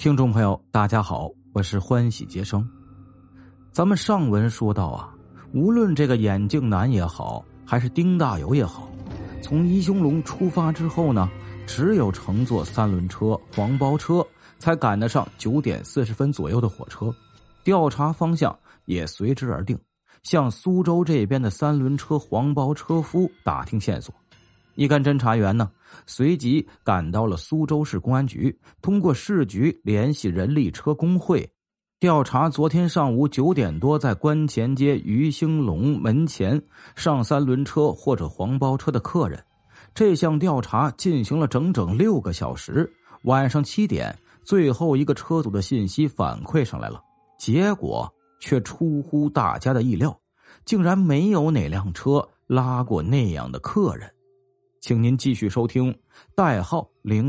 听众朋友大家好，我是欢喜杰生。咱们上文说到啊，无论这个眼镜男也好，还是丁大友也好，从宜兴隆出发之后呢，只有乘坐三轮车黄包车才赶得上9点40分左右的火车。调查方向也随之而定，向苏州这边的三轮车黄包车夫打听线索。一干侦查员呢，随即赶到了苏州市公安局，通过市局联系人力车工会，调查昨天上午9点多在观前街于兴隆门前上三轮车或者黄包车的客人。这项调查进行了整整6个小时，晚上7点，最后一个车组的信息反馈上来了，结果却出乎大家的意料，竟然没有哪辆车拉过那样的客人。请您继续收听代号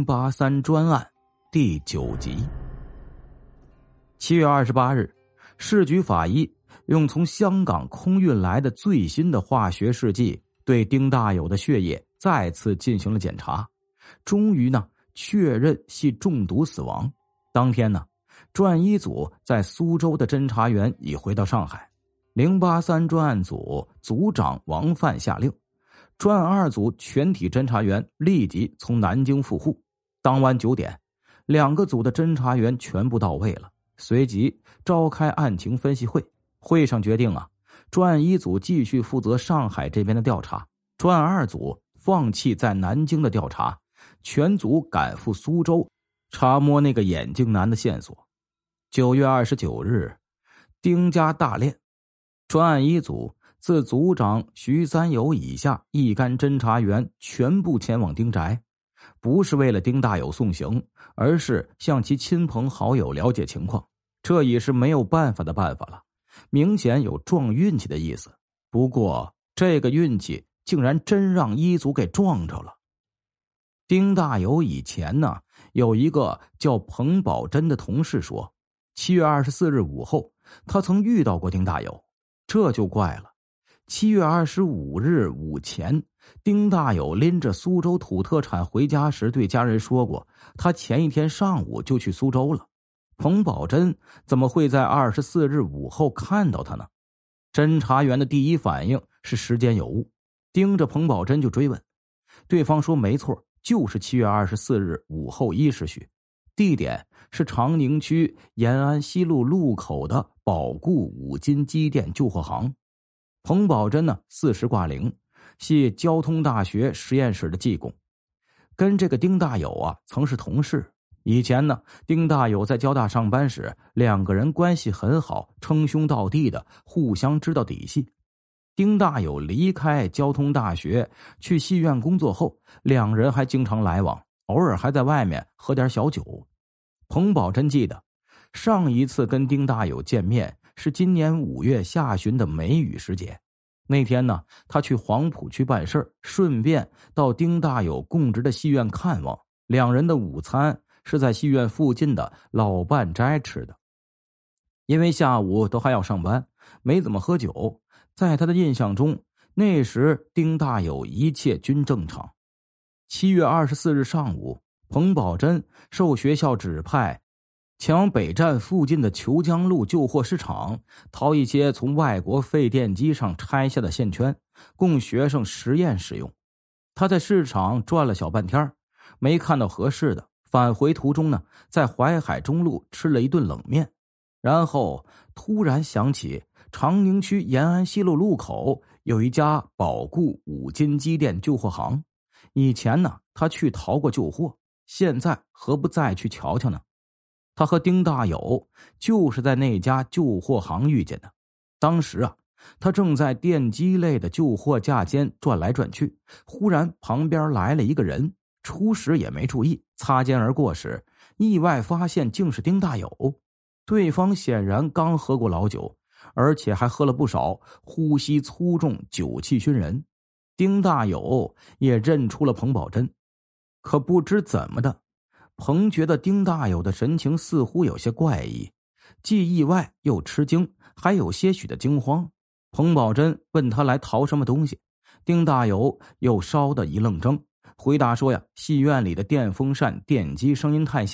083专案第9集。7月28日，市局法医用从香港空运来的最新的化学试剂对丁大友的血液再次进行了检查，终于呢确认系中毒死亡。当天呢，专一组在苏州的侦查员已回到上海，083专案组组长王范下令，专案2组全体侦查员立即从南京赴沪。当晚9点，2个组的侦查员全部到位了，随即召开案情分析会。会上决定啊，专案1组继续负责上海这边的调查，专案2组放弃在南京的调查，全组赶赴苏州查摸那个眼镜男的线索。9月29日，丁家大练，专案1组自组长徐三友以下一干侦查员全部前往丁宅，不是为了丁大友送行，而是向其亲朋好友了解情况。这已是没有办法的办法了，明显有撞运气的意思。不过这个运气竟然真让1组给撞着了。丁大友以前呢，有一个叫彭宝珍的同事说，7月24日午后他曾遇到过丁大友。这就怪了，7月25日午前，丁大友拎着苏州土特产回家时对家人说过，他前一天上午就去苏州了。彭宝珍怎么会在24日午后看到他呢？侦查员的第一反应是时间有误，盯着彭宝珍就追问。对方说没错，就是7月24日午后1时许，地点是长宁区延安西路路口的宝固五金机电旧货行。彭宝珍呢40挂零，系交通大学实验室的技工，跟这个丁大友啊曾是同事。以前呢，丁大友在交大上班时，2个人关系很好，称兄道弟的，互相知道底细。丁大友离开交通大学去戏院工作后，2人还经常来往，偶尔还在外面喝点小酒。彭宝珍记得上一次跟丁大友见面是今年5月下旬的梅雨时节。那天呢，他去黄浦区办事，顺便到丁大友供职的戏院看望。2人的午餐是在戏院附近的老半斋吃的。因为下午都还要上班，没怎么喝酒。在他的印象中，那时丁大友一切均正常。7月24日上午，彭宝珍受学校指派前往北站附近的虬江路旧货市场，淘一些从外国废电机上拆下的线圈，供学生实验使用。他在市场转了小半天，没看到合适的，返回途中呢，在淮海中路吃了一顿冷面，然后突然想起长宁区延安西路路口有一家宝固五金机电旧货行，以前呢他去淘过旧货，现在何不再去瞧瞧呢？他和丁大友就是在那家旧货行遇见的。当时啊，他正在电机类的旧货架间转来转去，忽然旁边来了一个人，初时也没注意，擦肩而过时，意外发现竟是丁大友。对方显然刚喝过老酒，而且还喝了不少，呼吸粗重，酒气熏人。丁大友也认出了彭宝珍，可不知怎么的，彭觉得丁大友的神情似乎有些怪异，既意外又吃惊，还有些许的惊慌。彭宝珍问他来淘什么东西，丁大友又稍的一愣怔，回答说呀，戏院里的电风扇电机声音太响，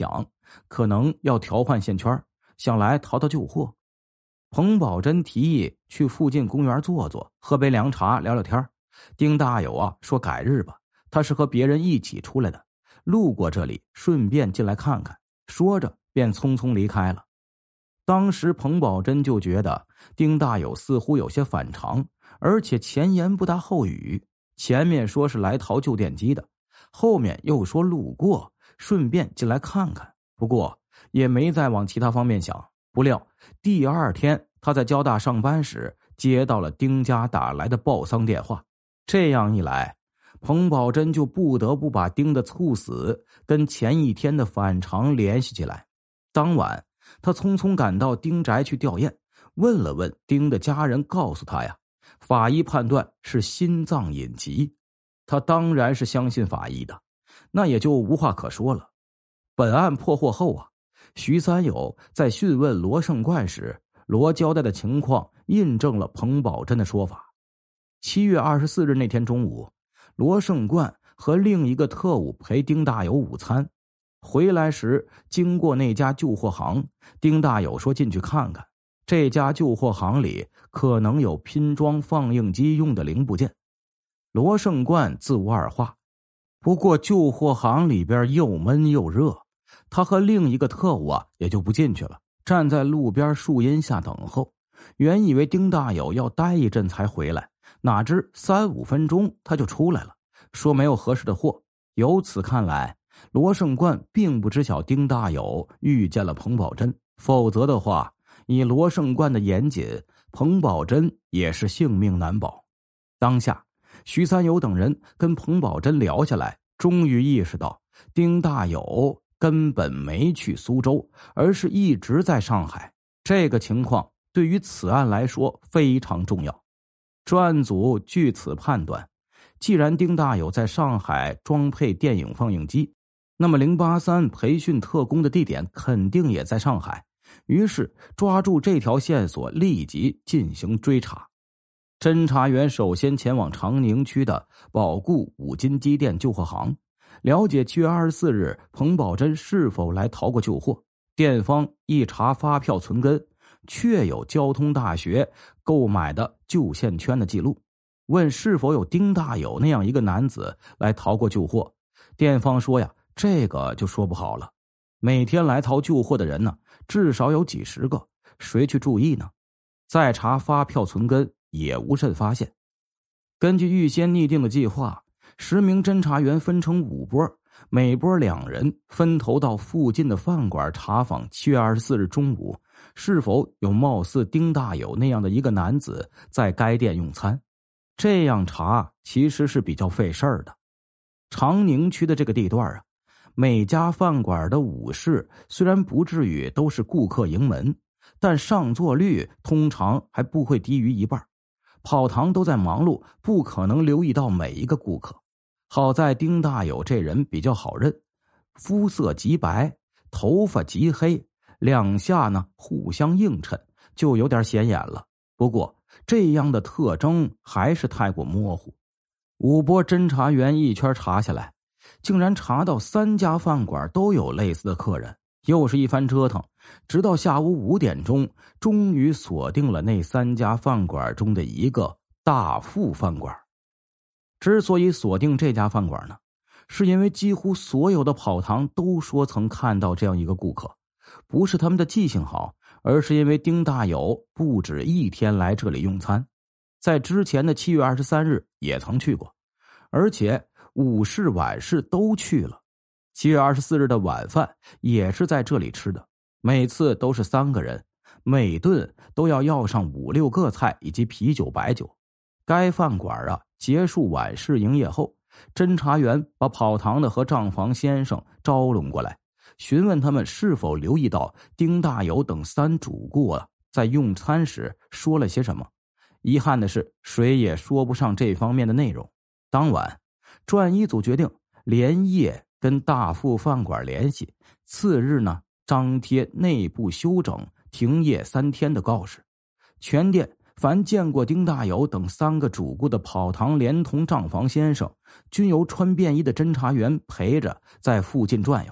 可能要调换线圈，想来淘淘旧货。彭宝珍提议去附近公园坐坐，喝杯凉茶聊聊天。丁大友说改日吧，他是和别人一起出来的，路过这里顺便进来看看，说着便匆匆离开了。当时彭宝珍就觉得丁大友似乎有些反常，而且前言不搭后语，前面说是来淘旧电机的，后面又说路过顺便进来看看，不过也没再往其他方面想。不料第二天他在交大上班时接到了丁家打来的报丧电话，这样一来彭宝珍就不得不把丁的猝死跟前一天的反常联系起来。当晚他匆匆赶到丁宅去吊唁，问了问丁的家人，告诉他呀，法医判断是心脏隐疾。他当然是相信法医的，那也就无话可说了。本案破获后徐三友在讯问罗胜冠时，罗交代的情况印证了彭宝珍的说法。7月24日那天中午，罗胜冠和另一个特务陪丁大友午餐，回来时经过那家旧货行，丁大友说进去看看，这家旧货行里可能有拼装放映机用的零部件。罗胜冠自无二话，不过旧货行里边又闷又热，他和另一个特务也就不进去了，站在路边树荫下等候。原以为丁大友要待一阵才回来，哪知3-5分钟他就出来了，说没有合适的货。由此看来，罗胜冠并不知晓丁大友遇见了彭宝珍，否则的话，以罗胜冠的严谨，彭宝珍也是性命难保。当下徐三友等人跟彭宝珍聊下来，终于意识到丁大友根本没去苏州，而是一直在上海。这个情况对于此案来说非常重要。专案组据此判断，既然丁大友在上海装配电影放映机，那么083培训特工的地点肯定也在上海，于是抓住这条线索立即进行追查。侦查员首先前往长宁区的宝固五金机电旧货行，了解7月24日彭宝珍是否来淘过旧货。店方一查发票存根，确有交通大学购买的旧线圈的记录。问是否有丁大友那样一个男子来淘过旧货，店方说呀，这个就说不好了。每天来淘旧货的人呢，至少有几十个，谁去注意呢？再查发票存根也无甚发现。根据预先拟定的计划，10名侦查员分成5波，每波2人，分头到附近的饭馆查访7月24日中午是否有貌似丁大友那样的一个男子在该店用餐。这样查其实是比较费事儿的。长宁区的这个地段每家饭馆的午市虽然不至于都是顾客盈门，但上座率通常还不会低于1半。跑堂都在忙碌，不可能留意到每一个顾客。好在丁大友这人比较好认，肤色极白，头发极黑，两下呢互相映衬，就有点显眼了。不过这样的特征还是太过模糊。5波侦查员一圈查下来，竟然查到3家饭馆都有类似的客人。又是一番折腾，直到下午5点钟，终于锁定了那3家饭馆中的一个大富饭馆。之所以锁定这家饭馆呢，是因为几乎所有的跑堂都说曾看到这样一个顾客，不是他们的记性好，而是因为丁大友不止1天来这里用餐，在之前的7月23日也曾去过，而且午市晚市都去了。7月24日的晚饭也是在这里吃的，每次都是3个人，每顿都要上5-6个菜以及啤酒白酒。该饭馆结束晚市营业后，侦查员把跑堂的和账房先生招拢过来，询问他们是否留意到丁大友等3主顾在用餐时说了些什么。遗憾的是，谁也说不上这方面的内容。当晚，专案一组决定连夜跟大富饭馆联系，次日呢张贴内部休整停业3天的告示。全店凡见过丁大友等3个主顾的跑堂连同账房先生，均由穿便衣的侦查员陪着在附近转悠，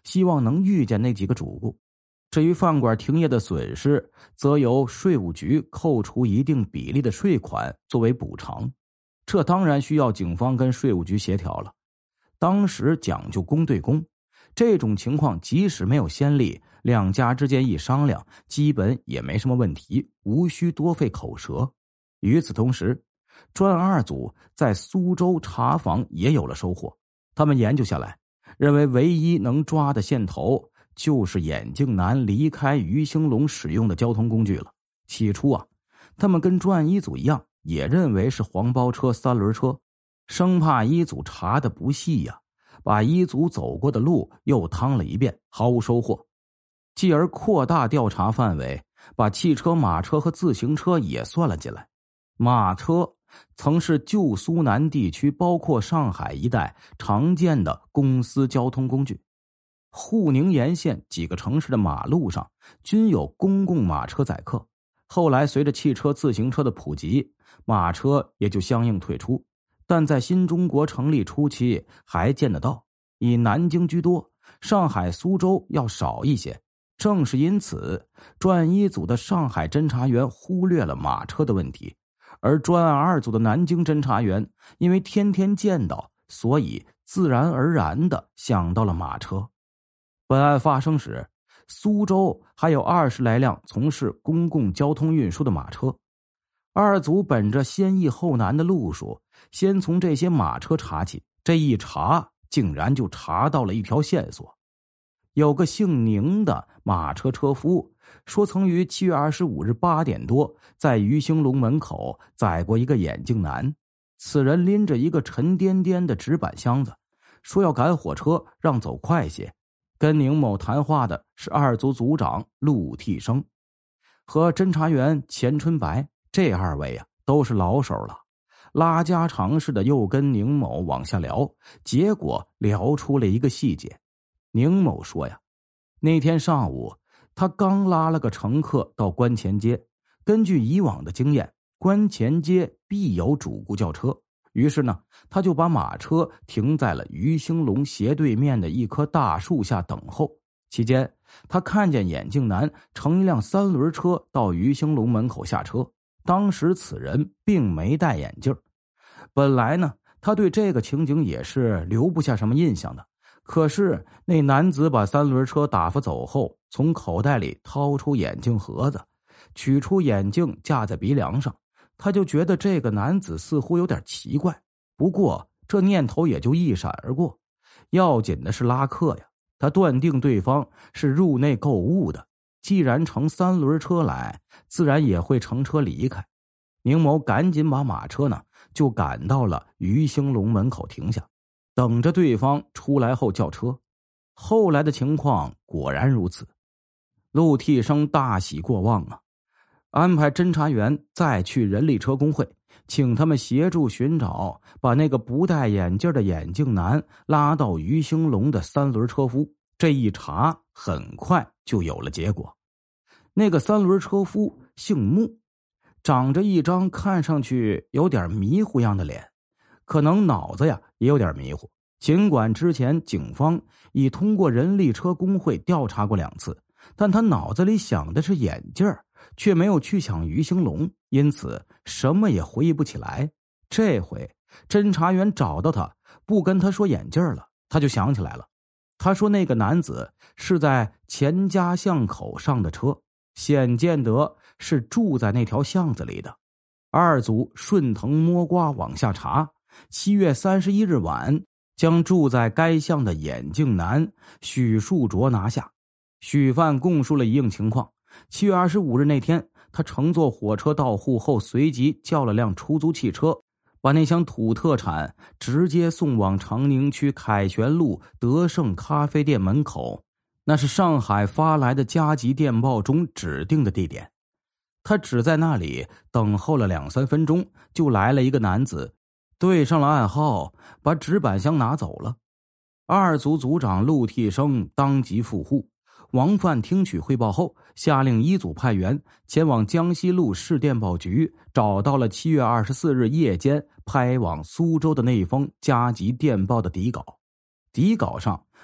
希望能遇见那几个主顾。至于饭馆停业的损失，则由税务局扣除一定比例的税款作为补偿。这当然需要警方跟税务局协调了。当时讲究公对公，这种情况即使没有先例，两家之间一商量，基本也没什么问题，无需多费口舌。与此同时，专案二组在苏州查访也有了收获。他们研究下来，认为唯一能抓的线头就是眼镜男离开于兴隆使用的交通工具了。起初啊，他们跟专案一组一样，也认为是黄包车、三轮车，生怕一组查的不细呀，把一组走过的路又趟了一遍，毫无收获。继而扩大调查范围，把汽车、马车和自行车也算了进来。马车曾是旧苏南地区包括上海一带常见的公私交通工具，沪宁沿线几个城市的马路上均有公共马车载客。后来随着汽车、自行车的普及，马车也就相应退出，但在新中国成立初期还见得到，以南京居多，上海、苏州要少一些。正是因此，专案一组的上海侦查员忽略了马车的问题，而专案二组的南京侦查员因为天天见到，所以自然而然地想到了马车。本案发生时，苏州还有20来辆从事公共交通运输的马车。二组本着先易后难的路数，先从这些马车查起，这一查竟然就查到了一条线索。有个姓宁的马车车夫说，曾于7月25日8点多在于兴隆门口载过一个眼镜男。此人拎着一个沉甸甸的纸板箱子，说要赶火车，让走快些。跟宁某谈话的是二组组长陆替生和侦查员钱春白，这二位啊都是老手了，拉家常似的又跟宁某往下聊，结果聊出了一个细节。宁某说呀，那天上午他刚拉了个乘客到关前街，根据以往的经验，关前街必有主顾轿车，于是呢，他就把马车停在了于兴隆斜对面的一棵大树下等候。期间，他看见眼镜男乘一辆三轮车到于兴隆门口下车，当时此人并没戴眼镜。本来呢，他对这个情景也是留不下什么印象的。可是那男子把三轮车打发走后，从口袋里掏出眼镜盒子，取出眼镜架在鼻梁上，他就觉得这个男子似乎有点奇怪。不过这念头也就一闪而过。要紧的是拉客呀，他断定对方是入内购物的，既然乘三轮车来，自然也会乘车离开。宁某赶紧把马车呢就赶到了于兴隆门口停下，等着对方出来后叫车。后来的情况果然如此，陆替生大喜过望啊，安排侦查员再去人力车工会，请他们协助寻找把那个不戴眼镜的眼镜男拉到于兴隆的三轮车夫。这一查很快就有了结果。那个三轮车夫姓穆，长着一张看上去有点迷糊样的脸，可能脑子呀也有点迷糊。尽管之前警方已通过人力车工会调查过2次，但他脑子里想的是眼镜儿，却没有去想于兴隆，因此什么也回忆不起来。这回侦查员找到他，不跟他说眼镜了，他就想起来了。他说那个男子是在钱家巷口上的车，显见得是住在那条巷子里的。二组顺藤摸瓜往下查，7月31日晚将住在该巷的眼镜男许树卓拿下。许犯供述了一应情况。7月25日那天，他乘坐火车到沪后，随即叫了辆出租汽车，把那箱土特产直接送往长宁区凯旋路德胜咖啡店门口，那是上海发来的加急电报中指定的地点。他只在那里等候了2-3分钟，就来了一个男子，对上了暗号，把纸板箱拿走了。二组组长陆替生当即赴沪。王范听取汇报后，下令一组派员前往江西路市电报局，找到了7月24日夜间拍往苏州的那封加急电报的底稿。底稿上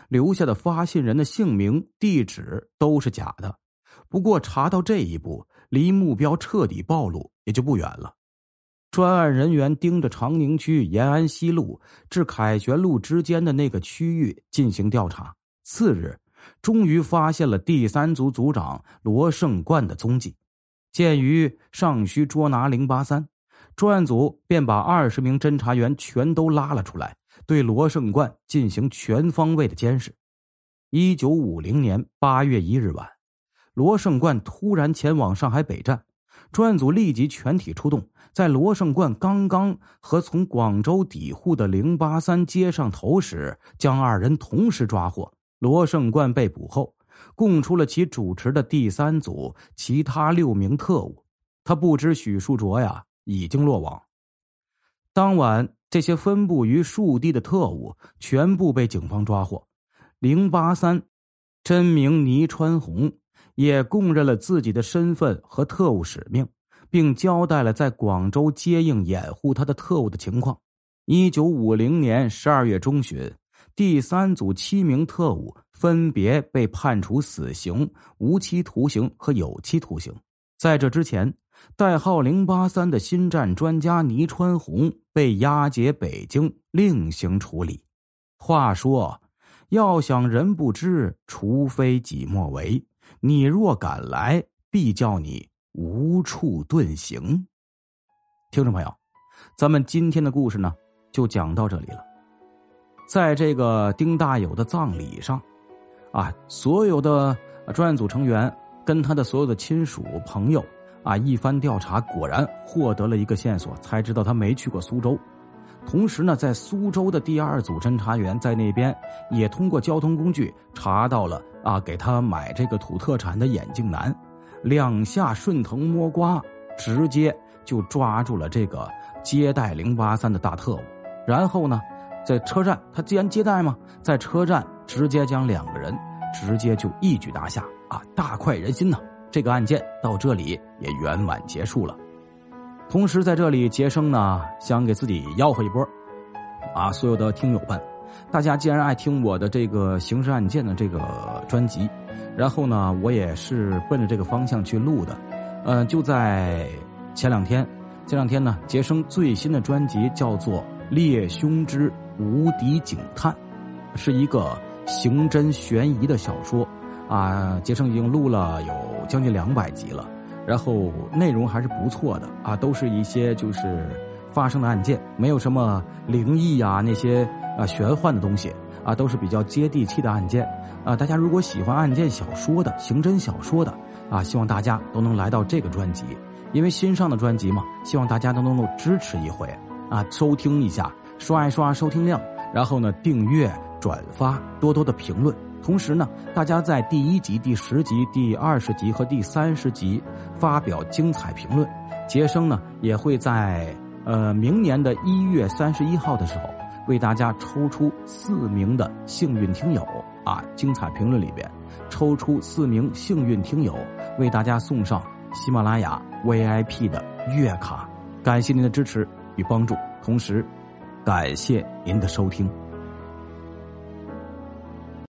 留下的发信人的姓名、地址都是假的。不过查到这一步，离目标彻底暴露也就不远了。专案人员盯着长宁区延安西路至凯旋路之间的那个区域进行调查。次日，终于发现了第3组组长罗胜冠的踪迹。鉴于尚需捉拿083，专案组便把20名侦查员全都拉了出来，对罗胜冠进行全方位的监视。1950年8月1日晚，罗胜冠突然前往上海北站，专案组立即全体出动，在罗胜冠刚刚和从广州抵沪的083接上头时，将2人同时抓获。罗胜冠被捕后，供出了其主持的第3组其他6名特务。他不知许树卓已经落网。当晚，这些分布于数地的特务全部被警方抓获。083真名倪川红，也供认了自己的身份和特务使命，并交代了在广州接应掩护他的特务的情况。1950年12月中旬，第3组7名特务分别被判处死刑、无期徒刑和有期徒刑。在这之前，代号083的新战专家倪川红被押解北京另行处理。话说，要想人不知，除非己莫为。你若敢来，必叫你无处遁形。听众朋友，咱们今天的故事呢，就讲到这里了。在这个丁大友的葬礼上，所有的专案组成员跟他的所有的亲属朋友一番调查，果然获得了一个线索，才知道他没去过苏州。同时呢，在苏州的第2组侦查员在那边也通过交通工具查到了给他买这个土特产的眼镜男，2下顺藤摸瓜，直接就抓住了这个接待083的大特务。然后呢，在车站，他既然接待嘛，在车站直接将2个人直接就一举拿下大快人心呐！这个案件到这里也圆满结束了。同时在这里，杰生呢想给自己吆喝一波所有的听友们，大家既然爱听我的这个刑事案件的这个专辑，然后呢我也是奔着这个方向去录的。就在前2天，这2天呢，杰生最新的专辑叫做《猎凶之无敌警探》，是一个刑侦悬疑的小说杰生已经录了有将近200集了，然后内容还是不错的都是一些就是发生的案件，没有什么灵异那些玄幻的东西都是比较接地气的案件大家如果喜欢案件小说的、刑侦小说的希望大家都能来到这个专辑，因为新上的专辑嘛，希望大家都能够支持一回收听一下，刷一刷收听量，然后呢订阅、转发，多多的评论。同时呢，大家在第1集、第10集、第20集和第30集发表精彩评论。杰生呢也会在明年的1月31号的时候，为大家抽出4名的幸运听友精彩评论里边抽出4名幸运听友，为大家送上喜马拉雅 VIP 的月卡。感谢您的支持与帮助，同时感谢您的收听。